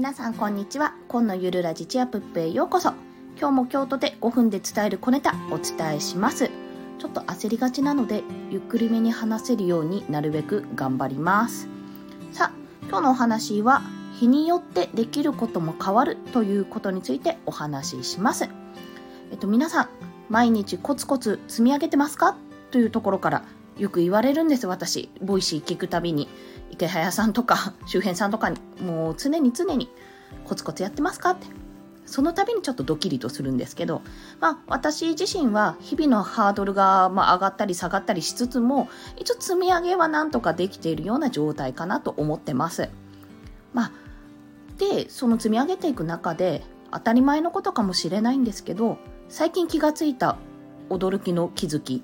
皆さんこんにちは。今のゆるラジチアプップへようこそ。今日も京都で5分で伝える小ネタお伝えします。ちょっと焦りがちなのでゆっくりめに話せるようになるべく頑張ります。さあ、今日のお話は日によってできることも変わるということについてお話しします。皆さん毎日コツコツ積み上げてますかというところからよく言われるんです。私ボイシー聞くたびに池早さんとか周辺さんとかにもう常にコツコツやってますかって、その度にちょっとドキリとするんですけど、私自身は日々のハードルが上がったり下がったりしつつも一応積み上げはなんとかできているような状態かなと思ってます。でその積み上げていく中で当たり前のことかもしれないんですけど、最近気がついた驚きの気づき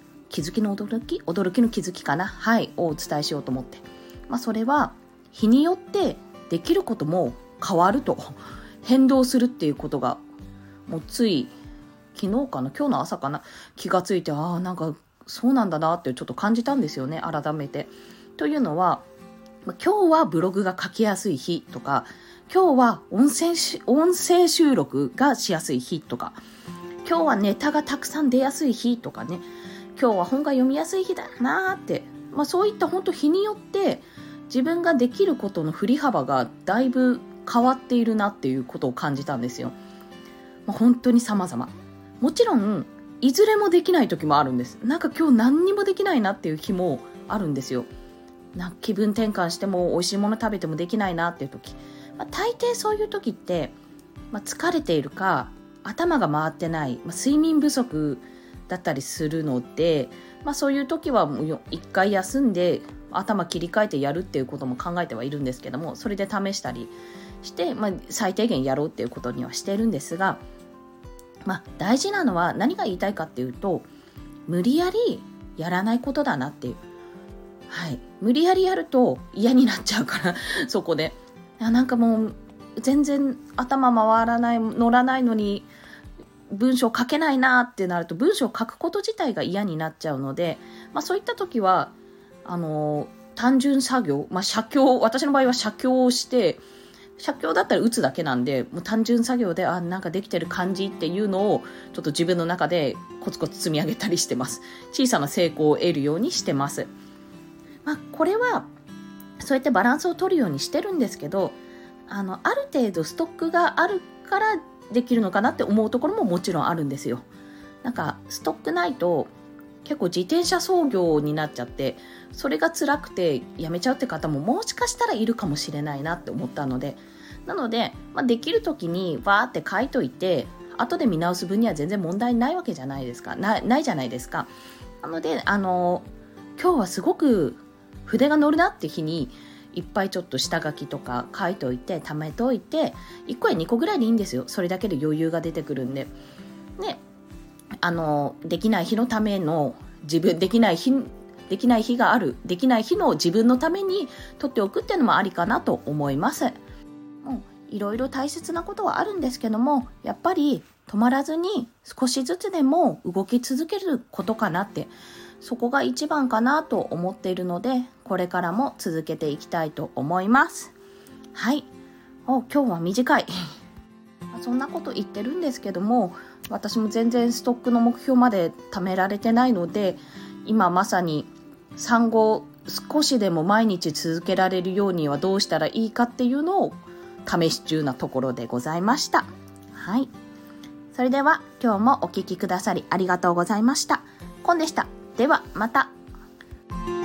かな、をお伝えしようと思って、それは日によってできることも変わると変動するっていうことがもうつい昨日かな今日の朝かな気がついて、なんかそうなんだなってちょっと感じたんですよね、改めて。というのは、今日はブログが書きやすい日とか、今日は音声収録がしやすい日とか、今日はネタがたくさん出やすい日とかね、今日は本が読みやすい日だなって、そういった本当日によって自分ができることの振り幅がだいぶ変わっているなっていうことを感じたんですよ。本当に様々。もちろんいずれもできない時もあるんです。なんか今日何にもできないなっていう日もあるんですよ。気分転換しても美味しいもの食べてもできないなっていう時、大抵そういう時って、疲れているか頭が回ってない、睡眠不足だったりするので、そういう時はもう一回休んで頭切り替えてやるっていうことも考えてはいるんですけども、それで試したりして、最低限やろうっていうことにはしてるんですが、大事なのは何が言いたいかっていうと、無理やりやらないことだなっていう。無理やりやると嫌になっちゃうからそこでなんかもう全然頭回らない乗らないのに文章書けないなってなると、文章を書くこと自体が嫌になっちゃうので、そういった時は単純作業、写経、私の場合は写経をして、写経だったら打つだけなんで、もう単純作業でなんかできてる感じっていうのをちょっと自分の中でコツコツ積み上げたりしてます。小さな成功を得るようにしてます。これはそうやってバランスを取るようにしてるんですけど、ある程度ストックがあるからできるのかなって思うところももちろんあるんですよ。なんかストックないと結構自転車操業になっちゃって、それが辛くてやめちゃうって方ももしかしたらいるかもしれないなって思ったので、なので、できる時にわーって書いといて後で見直す分には全然問題ないわけじゃないですか。ないじゃないですか。なので今日はすごく筆が乗るなって日にいっぱいちょっと下書きとか書いといて貯めといて、1個や2個ぐらいでいいんですよ。それだけで余裕が出てくるんで。できない日のためのできない日の自分のために取っておくっていうのもありかなと思います。いろいろ大切なことはあるんですけども、やっぱり止まらずに少しずつでも動き続けることかなって、そこが一番かなと思っているので、これからも続けていきたいと思います。今日は短いそんなこと言ってるんですけども、私も全然ストックの目標まで貯められてないので、今まさに産後少しでも毎日続けられるようにはどうしたらいいかっていうのを試し中なところでございました。それでは今日もお聞きくださりありがとうございました。コンでした。ではまた。